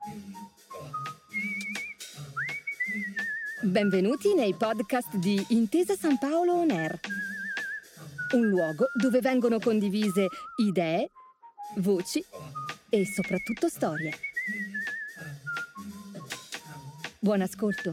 Benvenuti nei podcast di Intesa San Paolo On Air, un luogo dove vengono condivise idee, voci e soprattutto storie. Buon ascolto.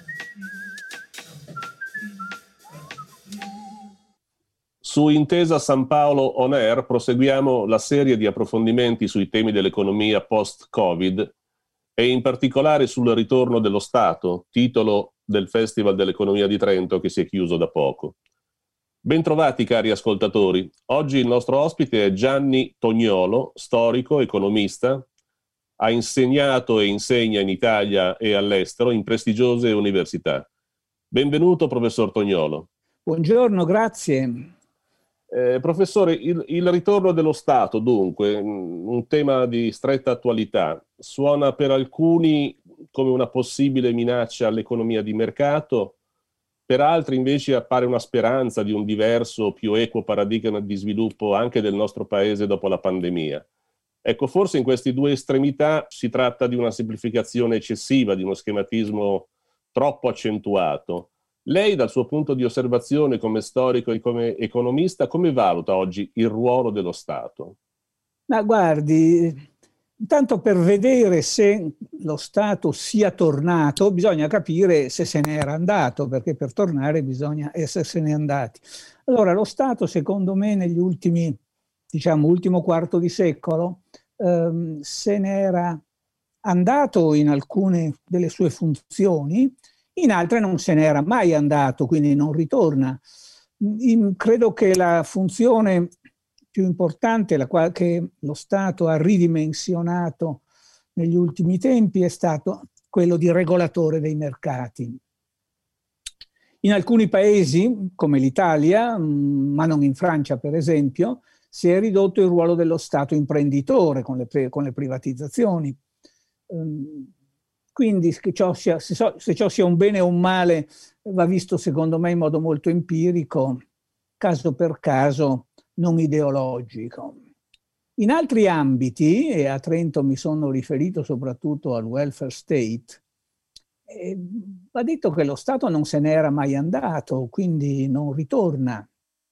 Su Intesa San Paolo On Air proseguiamo la serie di approfondimenti sui temi dell'economia post-Covid e in particolare sul ritorno dello Stato, titolo del Festival dell'Economia di Trento che si è chiuso da poco. Bentrovati cari ascoltatori, oggi il nostro ospite è Gianni Tognolo, storico, economista, ha insegnato e insegna in Italia e all'estero in prestigiose università. Benvenuto professor Tognolo. Buongiorno, grazie. Professore, il ritorno dello Stato, dunque, un tema di stretta attualità, suona per alcuni come una possibile minaccia all'economia di mercato, per altri invece appare una speranza di un diverso, più equo paradigma di sviluppo anche del nostro paese dopo la pandemia. Ecco, forse in queste due estremità si tratta di una semplificazione eccessiva, di uno schematismo troppo accentuato. Lei, dal suo punto di osservazione come storico e come economista, come valuta oggi il ruolo dello Stato? Ma guardi, intanto per vedere se lo Stato sia tornato, bisogna capire se se n'era andato, perché per tornare bisogna essersene andati. Allora, lo Stato, secondo me, negli ultimi, ultimo quarto di secolo, se n'era andato in alcune delle sue funzioni, in altre non se n'era mai andato, quindi non ritorna. Credo che la funzione più importante che lo Stato ha ridimensionato negli ultimi tempi è stato quello di regolatore dei mercati. In alcuni paesi, come l'Italia, ma non in Francia per esempio, si è ridotto il ruolo dello Stato imprenditore con le privatizzazioni. Quindi se ciò sia un bene o un male va visto secondo me in modo molto empirico, caso per caso, non ideologico. In altri ambiti, e a Trento mi sono riferito soprattutto al welfare state, va detto che lo Stato non se n'era mai andato, quindi non ritorna.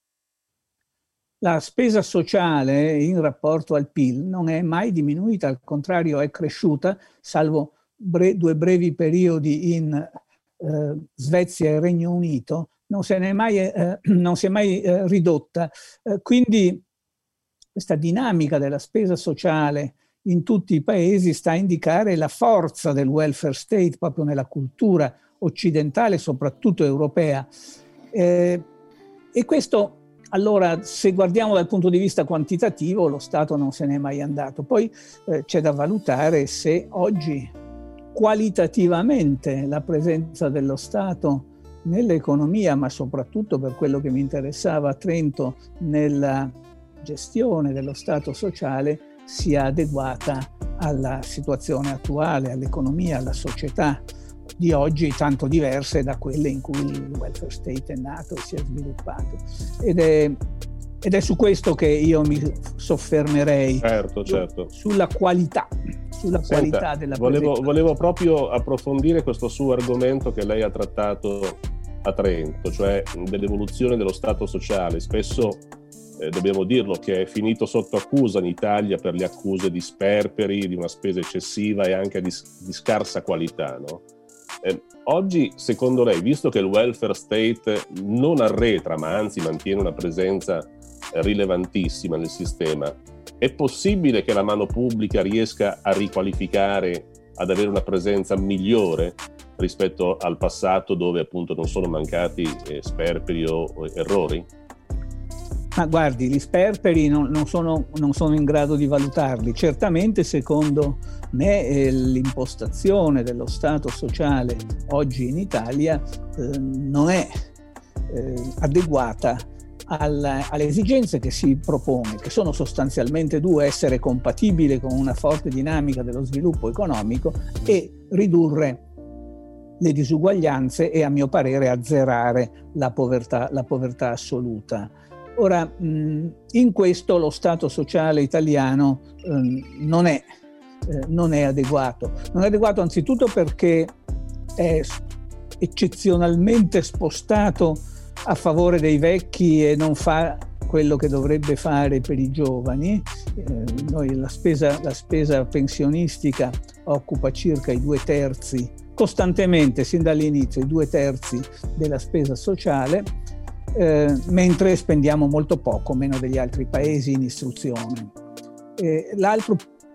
La spesa sociale in rapporto al PIL non è mai diminuita, al contrario è cresciuta, salvo due brevi periodi in Svezia e Regno Unito, non si è mai ridotta. Quindi questa dinamica della spesa sociale in tutti i paesi sta a indicare la forza del welfare state proprio nella cultura occidentale, soprattutto europea. E questo, allora, se guardiamo dal punto di vista quantitativo, lo Stato non se n'è mai andato. Poi c'è da valutare se oggi qualitativamente la presenza dello Stato nell'economia, ma soprattutto per quello che mi interessava a Trento, nella gestione dello Stato sociale, sia adeguata alla situazione attuale, all'economia, alla società di oggi, tanto diverse da quelle in cui il welfare state è nato e si è sviluppato. Ed è su questo che io mi soffermerei, certo. sulla qualità della presenza. Volevo proprio approfondire questo suo argomento che lei ha trattato a Trento, cioè dell'evoluzione dello Stato sociale. Spesso dobbiamo dirlo che è finito sotto accusa in Italia per le accuse di sperperi, di una spesa eccessiva e anche di scarsa qualità, no? Oggi, secondo lei, visto che il welfare state non arretra, ma anzi mantiene una presenza rilevantissima nel sistema, è possibile che la mano pubblica riesca a riqualificare, ad avere una presenza migliore rispetto al passato, dove appunto non sono mancati sperperi o errori? Ma guardi, gli sperperi non sono in grado di valutarli. Certamente, secondo me, l'impostazione dello Stato sociale oggi in Italia non è adeguata alle esigenze che si propone, che sono sostanzialmente due: essere compatibile con una forte dinamica dello sviluppo economico e ridurre le disuguaglianze e, a mio parere, azzerare la povertà assoluta. Ora, in questo lo Stato sociale italiano non è non è adeguato. Non è adeguato anzitutto perché è eccezionalmente spostato a favore dei vecchi e non fa quello che dovrebbe fare per i giovani. Noi la spesa pensionistica occupa circa i 2/3, costantemente, sin dall'inizio, i 2/3 della spesa sociale, mentre spendiamo molto poco, meno degli altri paesi, in istruzione. L'altro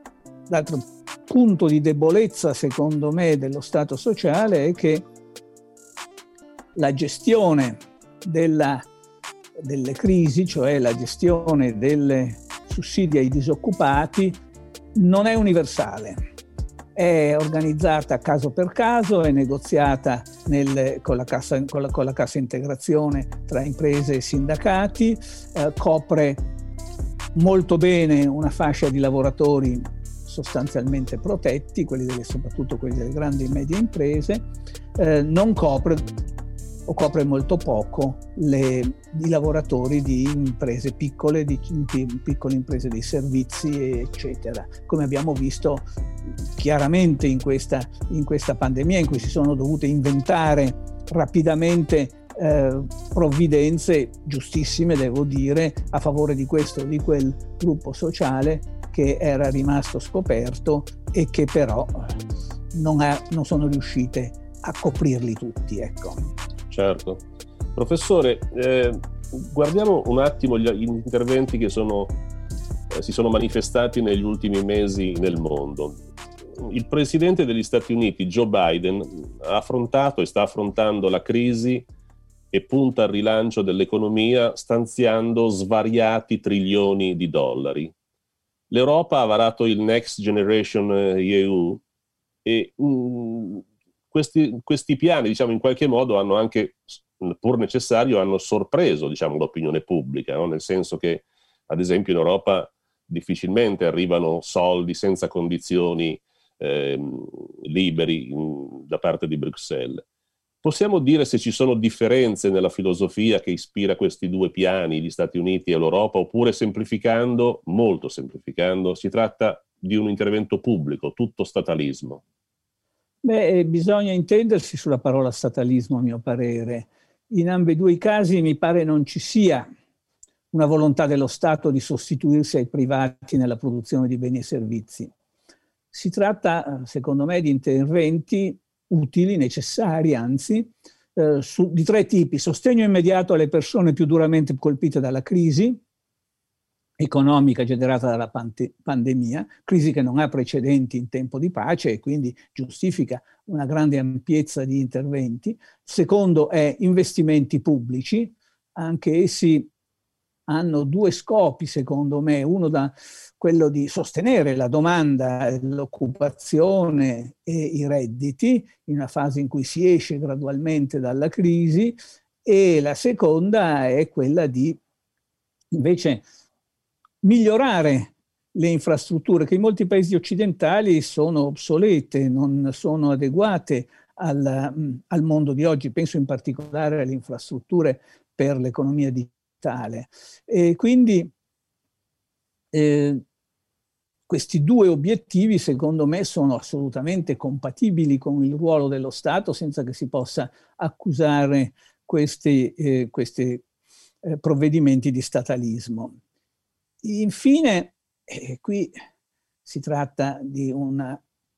punto di debolezza, secondo me, dello Stato sociale è che la gestione delle crisi, cioè la gestione dei sussidi ai disoccupati, non è universale. È organizzata caso per caso, è negoziata con la cassa integrazione tra imprese e sindacati, copre molto bene una fascia di lavoratori sostanzialmente protetti, soprattutto quelli delle grandi e medie imprese, non copre o copre molto poco i lavoratori di imprese piccole, di piccole imprese dei servizi, eccetera, come abbiamo visto chiaramente in questa pandemia, in cui si sono dovute inventare rapidamente provvidenze giustissime, devo dire, a favore di questo o di quel gruppo sociale che era rimasto scoperto e che però non sono riuscite a coprirli tutti, ecco. Certo. Professore, guardiamo un attimo gli interventi che si sono manifestati negli ultimi mesi nel mondo. Il presidente degli Stati Uniti, Joe Biden, ha affrontato e sta affrontando la crisi e punta al rilancio dell'economia stanziando svariati trilioni di dollari. L'Europa ha varato il Next Generation EU e questi piani, diciamo, in qualche modo hanno anche, pur necessario, hanno sorpreso, diciamo, l'opinione pubblica, no? Nel senso che, ad esempio, in Europa difficilmente arrivano soldi senza condizioni liberi da parte di Bruxelles. Possiamo dire se ci sono differenze nella filosofia che ispira questi due piani, gli Stati Uniti e l'Europa, oppure semplificando, molto semplificando, si tratta di un intervento pubblico, tutto statalismo? Beh, bisogna intendersi sulla parola statalismo, a mio parere. In ambedue i casi mi pare non ci sia una volontà dello Stato di sostituirsi ai privati nella produzione di beni e servizi. Si tratta, secondo me, di interventi utili, necessari, anzi, di tre tipi: sostegno immediato alle persone più duramente colpite dalla crisi economica generata dalla pandemia, crisi che non ha precedenti in tempo di pace e quindi giustifica una grande ampiezza di interventi. Secondo è investimenti pubblici, anche essi hanno due scopi, secondo me: uno quello di sostenere la domanda, l'occupazione e i redditi in una fase in cui si esce gradualmente dalla crisi, e la seconda è quella di invece migliorare le infrastrutture che in molti paesi occidentali sono obsolete, non sono adeguate al mondo di oggi. Penso in particolare alle infrastrutture per l'economia digitale. E quindi questi due obiettivi, secondo me, sono assolutamente compatibili con il ruolo dello Stato, senza che si possa accusare questi provvedimenti di statalismo. Infine, qui si tratta di un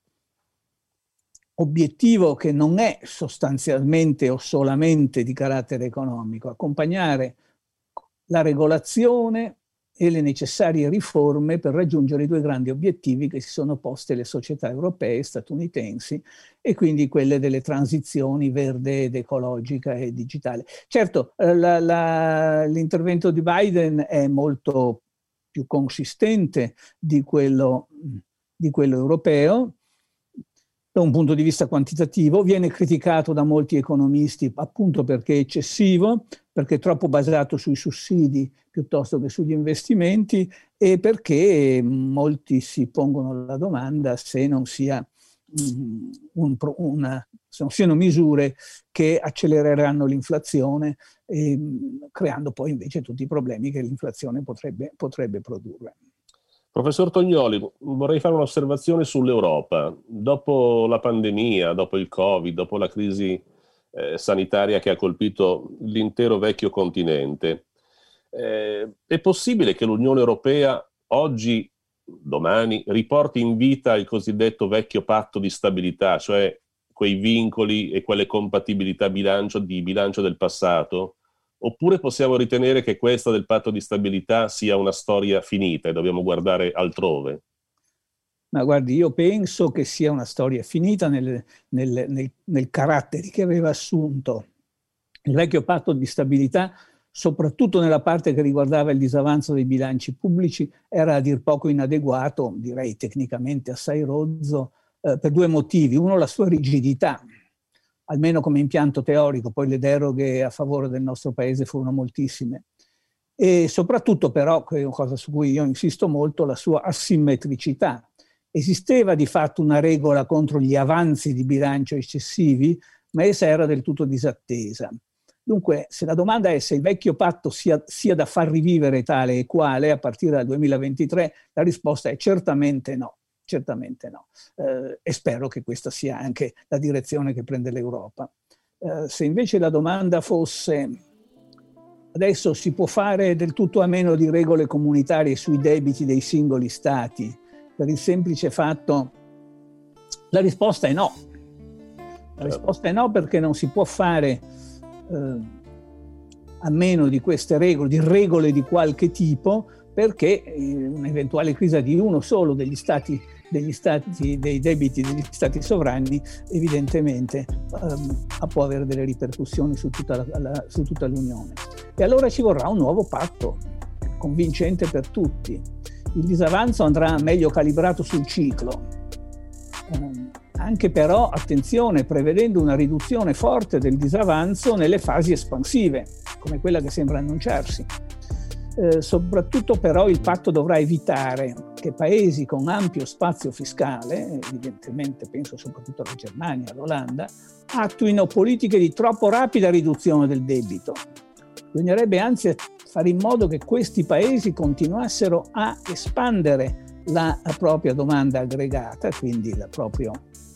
obiettivo che non è sostanzialmente o solamente di carattere economico: accompagnare la regolazione e le necessarie riforme per raggiungere i due grandi obiettivi che si sono poste le società europee e statunitensi, e quindi quelle delle transizioni verde ed ecologica e digitale. Certo, l'intervento di Biden è molto più consistente di quello europeo da un punto di vista quantitativo. Viene criticato da molti economisti appunto perché è eccessivo, perché è troppo basato sui sussidi piuttosto che sugli investimenti, e perché molti si pongono la domanda se non siano misure che accelereranno l'inflazione, creando poi invece tutti i problemi che l'inflazione potrebbe produrre. Professor Tognoli, vorrei fare un'osservazione sull'Europa. Dopo la pandemia, dopo il Covid, dopo la crisi sanitaria che ha colpito l'intero vecchio continente, è possibile che l'Unione Europea oggi, domani, riporti in vita il cosiddetto vecchio patto di stabilità, cioè quei vincoli e quelle compatibilità di bilancio del passato? Oppure possiamo ritenere che questa del patto di stabilità sia una storia finita e dobbiamo guardare altrove? Ma guardi, io penso che sia una storia finita nel carattere che aveva assunto il vecchio patto di stabilità, soprattutto nella parte che riguardava il disavanzo dei bilanci pubblici, era a dir poco inadeguato, direi tecnicamente assai rozzo, per due motivi. Uno, la sua rigidità, almeno come impianto teorico, poi le deroghe a favore del nostro paese furono moltissime. E soprattutto però, che è una cosa su cui io insisto molto, la sua asimmetricità. Esisteva di fatto una regola contro gli avanzi di bilancio eccessivi, ma essa era del tutto disattesa. Dunque, se la domanda è se il vecchio patto sia da far rivivere tale e quale a partire dal 2023, la risposta è certamente no. Certamente no. E spero che questa sia anche la direzione che prende l'Europa. Se invece la domanda fosse adesso si può fare del tutto a meno di regole comunitarie sui debiti dei singoli stati per il semplice fatto, la risposta è no. La risposta è no, perché non si può fare a meno di queste regole, di regole di qualche tipo, perché un'eventuale crisi di uno solo dei debiti degli stati sovrani evidentemente può avere delle ripercussioni su tutta l'Unione. E allora ci vorrà un nuovo patto convincente per tutti. Il disavanzo andrà meglio calibrato sul ciclo, anche però, attenzione, prevedendo una riduzione forte del disavanzo nelle fasi espansive, come quella che sembra annunciarsi. Soprattutto però il patto dovrà evitare che paesi con ampio spazio fiscale, evidentemente penso soprattutto alla Germania, all'Olanda, attuino politiche di troppo rapida riduzione del debito. Bisognerebbe anzi fare in modo che questi paesi continuassero a espandere la propria domanda aggregata, quindi il proprio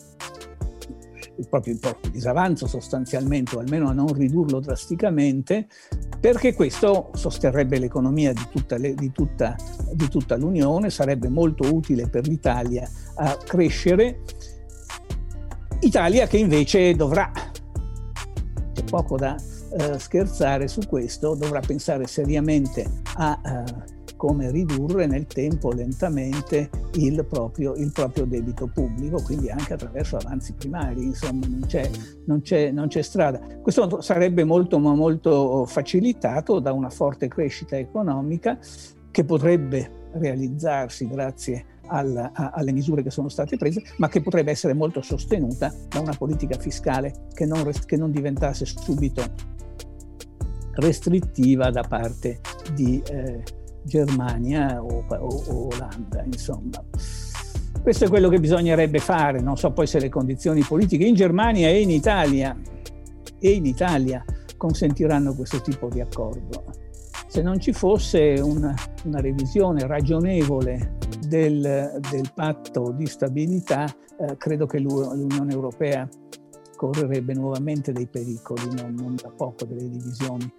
disavanzo sostanzialmente, o almeno a non ridurlo drasticamente, perché questo sosterrebbe l'economia di tutta l'Unione, sarebbe molto utile per l'Italia a crescere. Italia che invece dovrà, c'è poco da scherzare su questo, dovrà pensare seriamente a come ridurre nel tempo lentamente il proprio debito pubblico, quindi anche attraverso avanzi primari, insomma non c'è strada. Questo sarebbe molto facilitato da una forte crescita economica che potrebbe realizzarsi grazie alle misure che sono state prese, ma che potrebbe essere molto sostenuta da una politica fiscale che non diventasse subito restrittiva da parte di Germania o Olanda, insomma. Questo è quello che bisognerebbe fare. Non so poi se le condizioni politiche in Germania e in Italia consentiranno questo tipo di accordo. Se non ci fosse una revisione ragionevole del patto di stabilità, credo che l'Unione Europea correrebbe nuovamente dei pericoli, non da poco, delle divisioni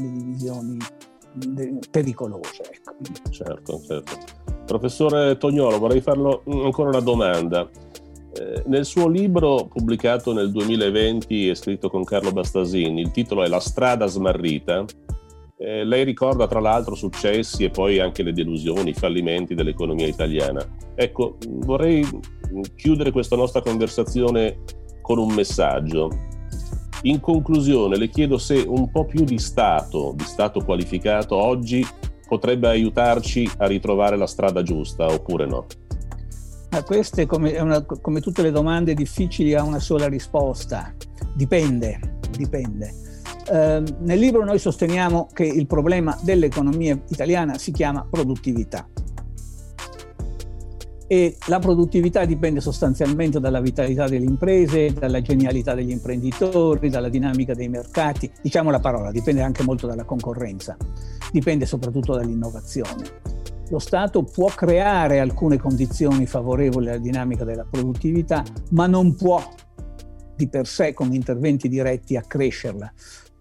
pericolose. Ecco. Certo. Professore Tognolo, vorrei farlo ancora una domanda. Nel suo libro pubblicato nel 2020 e scritto con Carlo Bastasini, il titolo è La strada smarrita. Lei ricorda tra l'altro successi e poi anche le delusioni, i fallimenti dell'economia italiana. Ecco, vorrei chiudere questa nostra conversazione con un messaggio. In conclusione, le chiedo se un po' più di Stato qualificato oggi potrebbe aiutarci a ritrovare la strada giusta, oppure no? Ma queste, come tutte le domande difficili, ha una sola risposta. Dipende. Nel libro noi sosteniamo che il problema dell'economia italiana si chiama produttività. E la produttività dipende sostanzialmente dalla vitalità delle imprese, dalla genialità degli imprenditori, dalla dinamica dei mercati. Diciamo la parola, dipende anche molto dalla concorrenza, dipende soprattutto dall'innovazione. Lo Stato può creare alcune condizioni favorevoli alla dinamica della produttività, ma non può di per sé con interventi diretti accrescerla,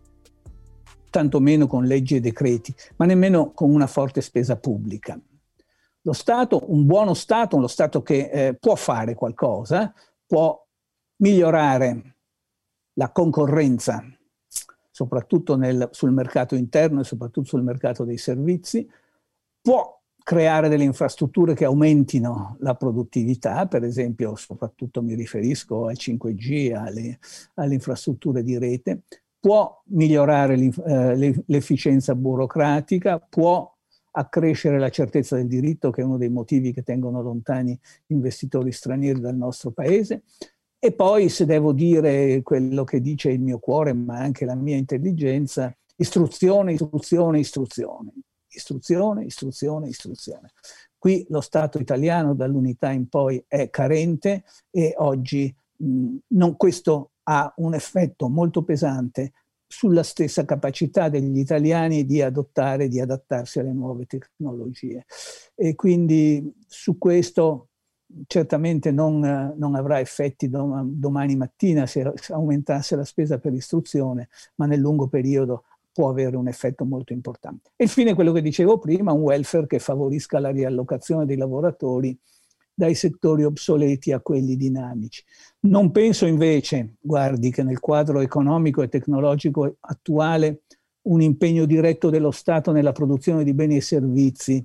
tantomeno con leggi e decreti, ma nemmeno con una forte spesa pubblica. Lo Stato, un buono Stato, uno Stato che può fare qualcosa, può migliorare la concorrenza, soprattutto sul mercato interno e soprattutto sul mercato dei servizi, può creare delle infrastrutture che aumentino la produttività, per esempio, soprattutto mi riferisco al 5G, alle infrastrutture di rete, può migliorare l'efficienza burocratica, può accrescere la certezza del diritto, che è uno dei motivi che tengono lontani investitori stranieri dal nostro paese. E poi, se devo dire quello che dice il mio cuore, ma anche la mia intelligenza, istruzione, istruzione, istruzione. Istruzione, istruzione, istruzione. Qui lo Stato italiano dall'unità in poi è carente e oggi questo ha un effetto molto pesante sulla stessa capacità degli italiani di adottare, di adattarsi alle nuove tecnologie. E quindi su questo certamente non avrà effetti domani mattina se aumentasse la spesa per istruzione, ma nel lungo periodo può avere un effetto molto importante. E infine quello che dicevo prima, un welfare che favorisca la riallocazione dei lavoratori dai settori obsoleti a quelli dinamici. Non penso invece, guardi, che nel quadro economico e tecnologico attuale un impegno diretto dello Stato nella produzione di beni e servizi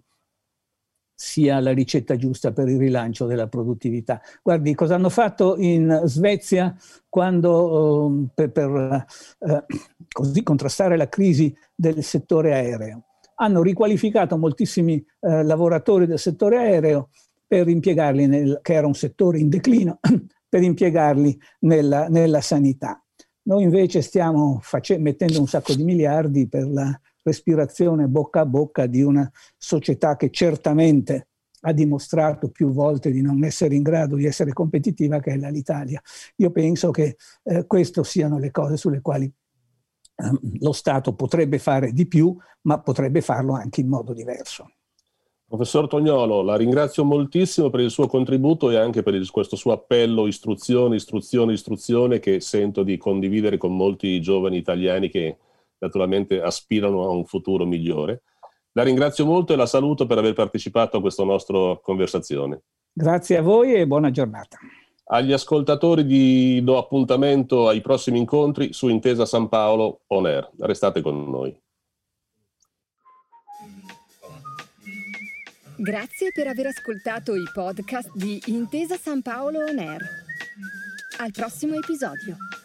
sia la ricetta giusta per il rilancio della produttività. Guardi, cosa hanno fatto in Svezia quando per così contrastare la crisi del settore aereo? Hanno riqualificato moltissimi lavoratori del settore aereo per impiegarli, che era un settore in declino, per impiegarli nella sanità. Noi invece stiamo mettendo un sacco di miliardi per la respirazione bocca a bocca di una società che certamente ha dimostrato più volte di non essere in grado di essere competitiva, che è l'Italia. Io penso che queste siano le cose sulle quali lo Stato potrebbe fare di più, ma potrebbe farlo anche in modo diverso. Professor Tognolo, la ringrazio moltissimo per il suo contributo e anche per questo suo appello istruzione, istruzione, istruzione, che sento di condividere con molti giovani italiani che naturalmente aspirano a un futuro migliore. La ringrazio molto e la saluto per aver partecipato a questa nostra conversazione. Grazie a voi e buona giornata. Agli ascoltatori do appuntamento ai prossimi incontri su Intesa San Paolo On Air. Restate con noi. Grazie per aver ascoltato i podcast di Intesa San Paolo On Air. Al prossimo episodio.